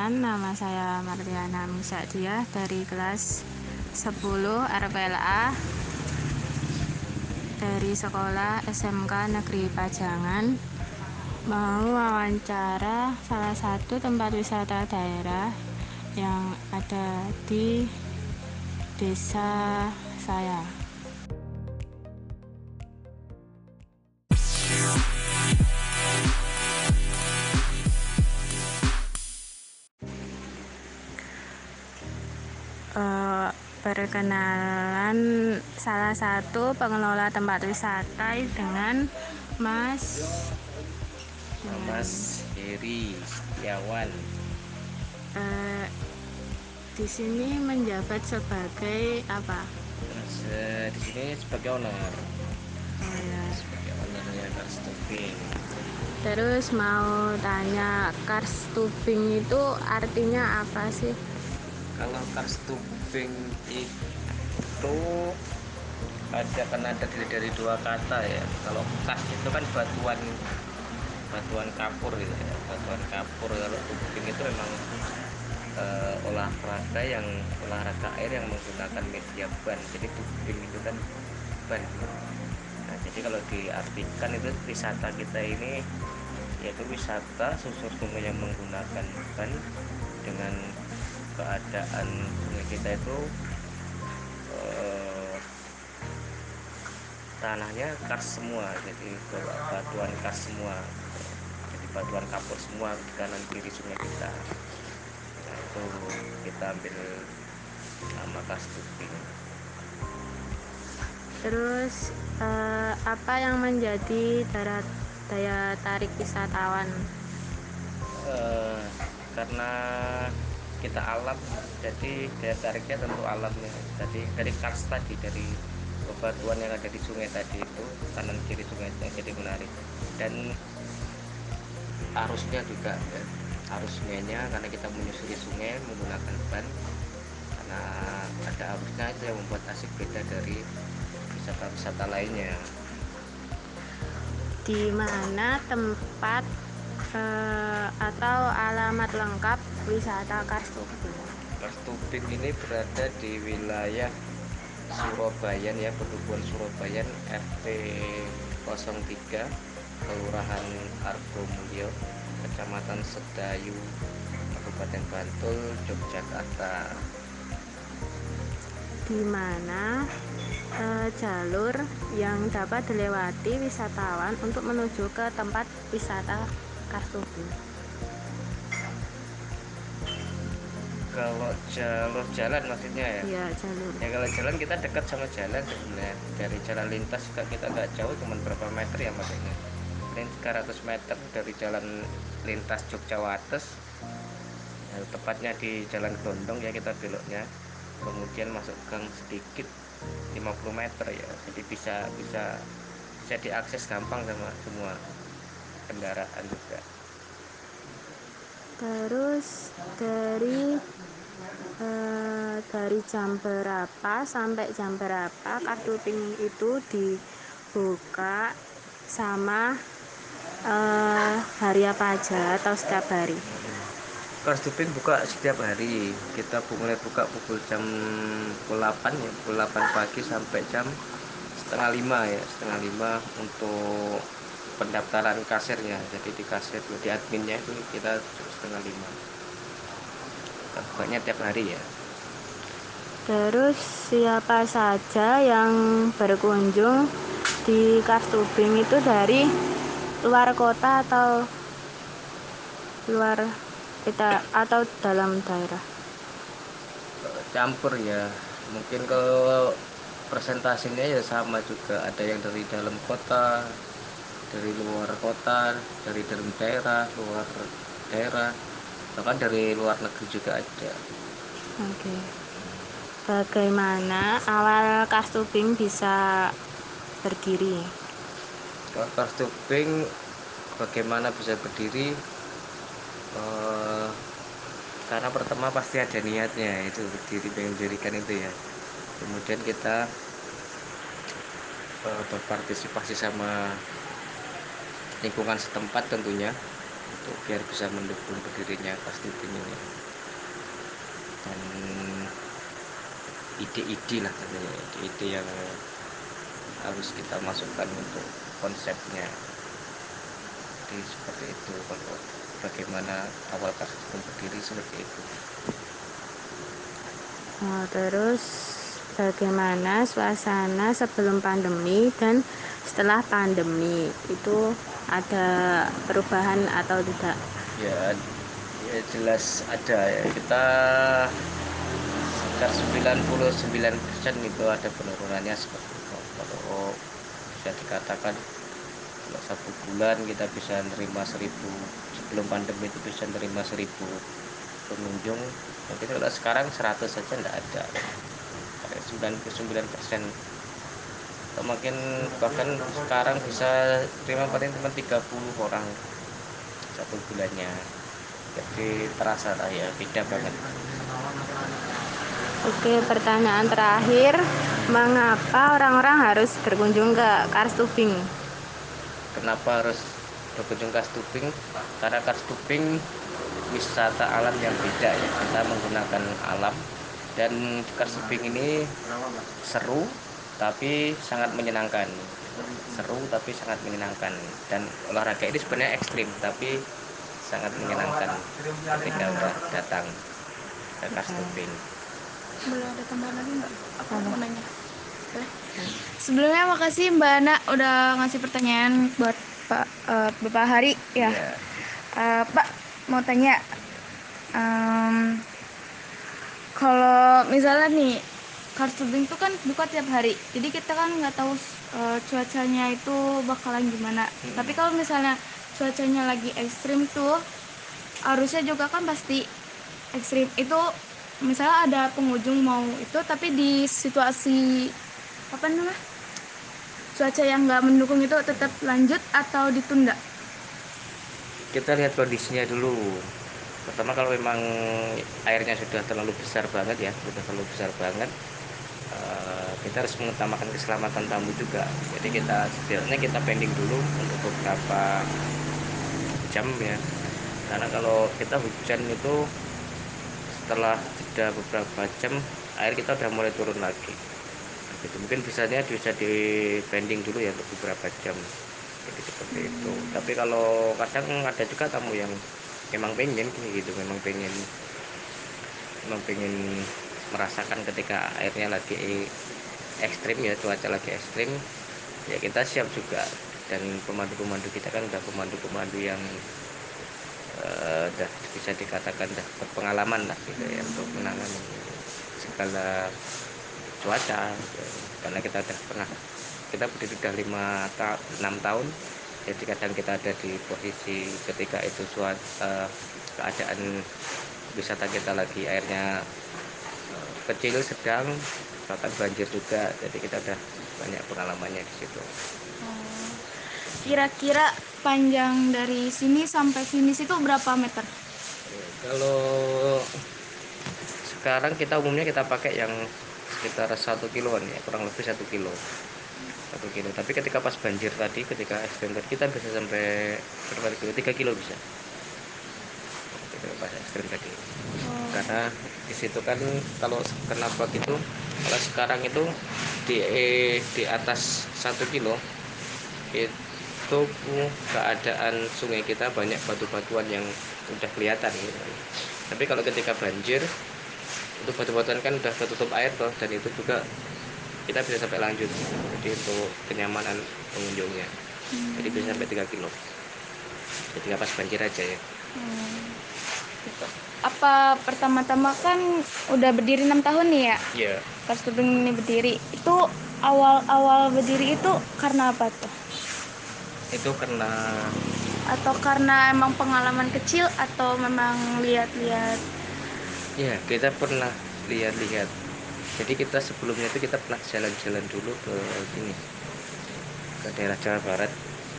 Perkenalkan, nama saya Marliana Misadia dari kelas 10 RPLA dari Sekolah SMK Negeri Pajangan. Mau wawancara salah satu tempat wisata daerah yang ada di desa saya. Perkenalan salah satu pengelola tempat wisata dengan Mas Heri Setiawan. Di sini menjabat sebagai apa? Di sini sebagai owner. Oh ya. Sebagai ownernya Cars Tubing. Terus mau tanya, Cars Tubing itu artinya apa sih? Kalau Cars Tubing itu ada dari dua kata ya. Kalau kars itu kan batuan kapur gitu ya. Batuan kapur. Kalau tubing itu memang olahraga air yang menggunakan media ban. Jadi tubing itu kan ban. Nah, jadi kalau diartikan itu wisata kita ini yaitu wisata susur sungai yang menggunakan ban dengan keadaan sungai kita itu tanahnya kars semua, jadi batuan kars semua, jadi batuan kapur semua di kanan kiri sungai kita. Nah, itu kita ambil nama Cars Tubing. Terus apa yang menjadi daya tarik wisatawan? Karena kita alam, jadi daya tariknya tentu alamnya. Jadi dari kars tadi, dari bebatuan yang ada di sungai tadi itu, kanan kiri sungai, jadi menarik. Dan arusnya juga ya. Arus sungainya, karena kita menyusuri sungai menggunakan ban, karena ada arusnya, itu yang membuat asik beda dari wisata-wisata lainnya. Di mana tempat atau alamat lengkap wisata Cars Tubing? Cars Tubing ini berada di wilayah Surabaya ya, Pedukuhan Surabaya, RT 03, Kelurahan Argomulyo, Kecamatan Sedayu, Kabupaten Bantul, Yogyakarta. Di mana jalur yang dapat dilewati wisatawan untuk menuju ke tempat wisata Cars Tubing? Kalau jalur jalan maksudnya ya? Iya, jalur. Ya kalau jalan kita dekat sama jalan sebenarnya. Dari jalan lintas juga kita nggak jauh, cuma berapa meter ya maksudnya. Paling 300 meter dari jalan lintas Jogja Wates. Ya, tepatnya di Jalan Gondong ya, kita beloknya. Kemudian masuk gang sedikit 50 meter ya. Jadi bisa bisa bisa diakses gampang sama semua kendaraan juga. Terus dari jam berapa sampai jam berapa Cars Tubing itu dibuka, sama hari apa aja atau setiap hari? Cars Tubing buka setiap hari. Kita mulai buka pukul jam 8 ya, pukul 8 pagi sampai jam setengah 5 ya, setengah 5 untuk pendaftaran kasirnya. Jadi di kasir, di adminnya itu kita setengah 5. Kita bukanya tiap hari ya. Terus siapa saja yang berkunjung di Cars Tubing itu dari luar kota atau luar kita atau dalam daerah? Campur ya, mungkin kalau presentasinya ya sama juga, ada yang dari dalam kota, dari luar kota, dari dalam daerah, luar daerah, bahkan dari luar negeri juga ada. Oke. Bagaimana awal Cars Tubing bisa berdiri? Kalau Cars Tubing bagaimana bisa berdiri? Karena pertama pasti ada niatnya, itu berdiri, pengen mendirikan itu ya. Kemudian kita berpartisipasi sama lingkungan setempat tentunya, untuk biar bisa mendukung berdirinya kelas tubing ini. Dan ide-ide lah, ide-ide yang harus kita masukkan untuk konsepnya. Jadi seperti itu, kalau bagaimana awal kelas tubing berdiri seperti itu. Terus bagaimana suasana sebelum pandemi dan setelah pandemi, itu ada perubahan atau tidak? Ya, ya jelas ada ya. Kita sekitar 99% itu ada penurunannya seperti itu. Kalau bisa dikatakan kalau 1 bulan kita bisa nerima 1000, sebelum pandemi itu bisa nerima 1000 pengunjung, mungkin kalau sekarang 100 saja tidak ada. Kayak 99%, atau mungkin bahkan sekarang bisa terima paling cuma 30 orang 1 bulannya. Jadi terasa lah ya, beda banget. Oke, pertanyaan terakhir, mengapa orang-orang harus berkunjung ke Kars Tubing? Kenapa harus berkunjung Kars Tubing? Karena Kars Tubing wisata alam yang beda ya, kita menggunakan alam. Dan Kars Tubing ini seru tapi sangat menyenangkan. Seru tapi sangat menyenangkan, dan olahraga ini sebenarnya ekstrim tapi sangat menyenangkan ketika udah datang ke Kars Tubing. Boleh ada tambahan lagi nggak? Aku mau nanya. Boleh? Sebelumnya makasih Mbak Ana udah ngasih pertanyaan buat Bapak Hari ya. Iya. Pak mau tanya, kalau misalnya nih Kars Tubing itu kan buka tiap hari, jadi kita kan nggak tahu cuacanya itu bakalan gimana. Tapi kalau misalnya cuacanya lagi ekstrim tuh, arusnya juga kan pasti ekstrim. Itu misalnya ada pengunjung mau itu, tapi di situasi apa namanya, cuaca yang nggak mendukung itu tetap lanjut atau ditunda? Kita lihat kondisinya dulu. Pertama, kalau memang airnya sudah terlalu besar banget ya, sudah terlalu besar banget, kita harus mengutamakan keselamatan tamu juga. Jadi kita setidaknya kita pending dulu untuk beberapa jam ya. Karena kalau kita hujan itu setelah jeda beberapa jam, air kita udah mulai turun lagi. Gitu. Mungkin bisa di pending dulu ya untuk beberapa jam. Jadi seperti itu. Tapi kalau kadang ada juga tamu yang memang pengen gitu, memang pengen merasakan ketika airnya lagi ekstrim ya, cuaca lagi ekstrim ya, kita siap juga. Dan pemandu-pemandu kita kan udah pemandu-pemandu yang udah bisa dikatakan udah berpengalaman lah gitu ya, untuk menangani segala cuaca gitu. Karena kita berdiri udah 6 tahun, jadi kadang kita ada di posisi ketika itu keadaan wisata kita lagi airnya kecil, sedang, bahkan banjir juga, jadi kita udah banyak pengalamannya di situ. Kira-kira panjang dari sini sampai finish itu berapa meter? Kalau sekarang kita umumnya kita pakai yang sekitar 1 kiloan ya, kurang lebih 1 kilo. 1 kilo. Tapi ketika pas banjir tadi, ketika ekstrim tadi, kita bisa sampai berapa kilo? 3 kilo bisa. Ketika pas ekstrim tadi. Karena di situ kan kalau kenapa gitu? Kalau sekarang itu di atas 1 kilo itu keadaan sungai kita banyak batu-batuan yang udah kelihatan gitu. Tapi kalau ketika banjir itu batu-batuan kan udah tertutup air toh, dan itu juga kita bisa sampai lanjut. Jadi untuk kenyamanan pengunjungnya, jadi bisa sampai 3 kilo ketika pas banjir aja ya. Gitu. Apa pertama-tama kan udah berdiri 6 tahun nih ya? Iya. Kars Tubing ini berdiri. Itu awal-awal berdiri itu karena apa tuh? Itu karena Atau karena emang pengalaman kecil atau memang lihat-lihat? ya kita pernah lihat-lihat. Jadi kita sebelumnya itu kita pernah jalan-jalan dulu ke sini, ke daerah Jawa Barat.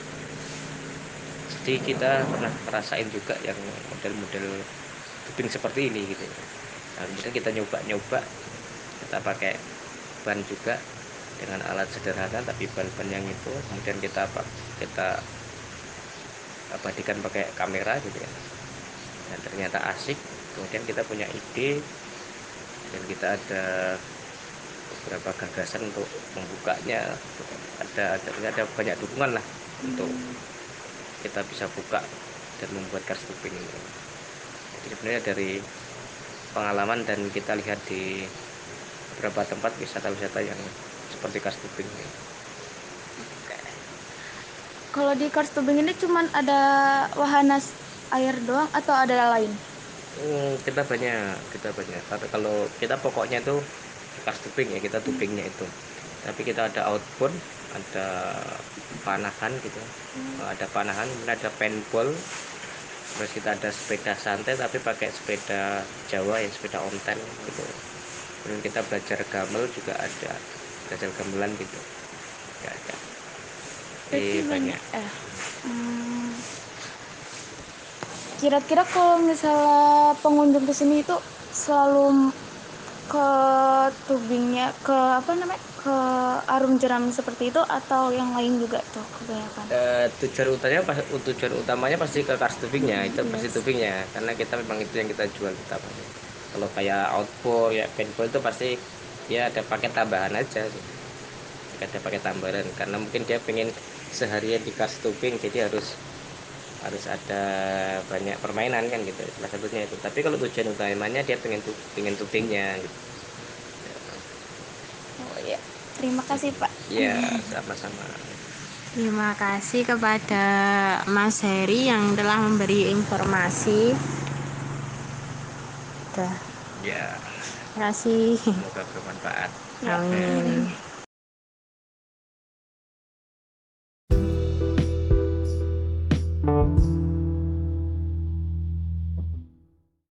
Jadi kita pernah ngerasain juga yang model-model tubing seperti ini gitu. Nah, kemudian kita nyoba-nyoba, kita pakai ban juga dengan alat sederhana, tapi ban-ban yang itu kemudian kita abadikan pakai kamera gitu ya, dan ternyata asik. Kemudian kita punya ide dan kita ada beberapa gagasan untuk membukanya. Ada banyak dukungan lah untuk kita bisa buka dan membuat cars tubing ini. Jadi sebenarnya dari pengalaman dan kita lihat di beberapa tempat wisata-wisata yang seperti cars tubing ini. Kalau di cars tubing ini cuman ada wahana air doang atau ada lain? Kita banyak. Tapi kalau kita pokoknya itu cars tubing ya, kita tubingnya itu. Tapi kita ada outbound, ada panahan gitu, ada panahan, kemudian ada paintball, terus kita ada sepeda santai tapi pakai sepeda Jawa ya, sepeda ontel gitu. Kemudian kita belajar gamel juga ada, belajar gamelan gitu ya, ada. Berarti Banyak. Kira-kira kalau misalnya pengunjung ke sini itu selalu ke tubingnya, ke apa namanya, ke arum jeram seperti itu atau yang lain juga tuh kebanyakan? Tujuan utamanya pasti ke cars tubingnya, itu pasti Yes. tubingnya, karena kita memang itu yang kita jual utamanya. Kalau kayak outboard ya, paintball itu pasti dia ada paket tambahan aja gitu. Ada paket tambahan karena mungkin dia pengen seharian di cars tubing, jadi harus ada banyak permainan kan gitu, salah satunya itu. Tapi kalau tujuan utamanya dia pengen tubingnya gitu. Oh iya, terima kasih Pak. Ya, sama-sama. Terima kasih kepada Mas Heri yang telah memberi informasi. Terima Ya, kasih. semoga bermanfaat. Amin.